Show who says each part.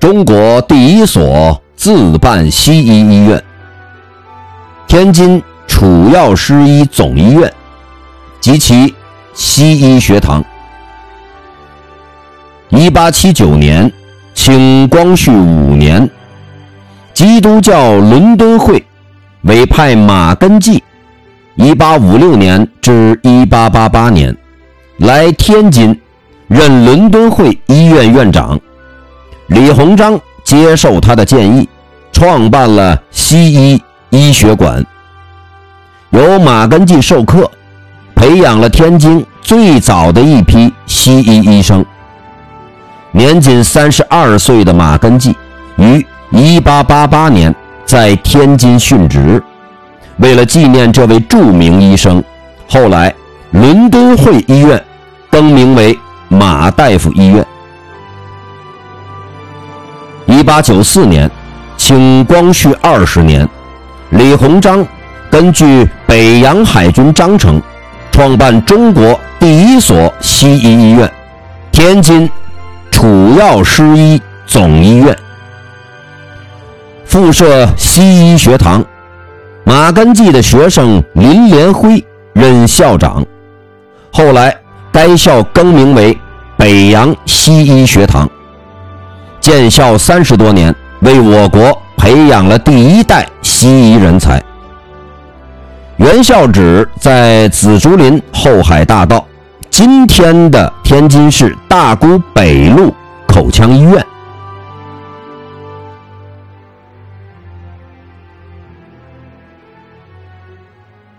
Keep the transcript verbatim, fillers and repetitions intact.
Speaker 1: 中国第一所自办西医医院，天津楚药师医总医院及其西医学堂。一八七九年，清光绪五年，基督教伦敦会委派马根济一八五六年至一八八八年来天津任伦敦会医院院长。李鸿章接受他的建议，创办了西医医学馆，由马根济授课，培养了天津最早的一批西医医生。年仅三十二岁的马根济于一八八八年在天津殉职。为了纪念这位著名医生，后来伦敦会医院更名为马大夫医院。一八九四年，清光绪二十年，李鸿章根据北洋海军章程，创办中国第一所西医医院——天津楚药师医总医院，附设西医学堂。马根济的学生林连辉任校长，后来该校更名为北洋西医学堂。建校三十多年，为我国培养了第一代西医人才。原校址在紫竹林后海大道，今天的天津市大沽北路口腔医院。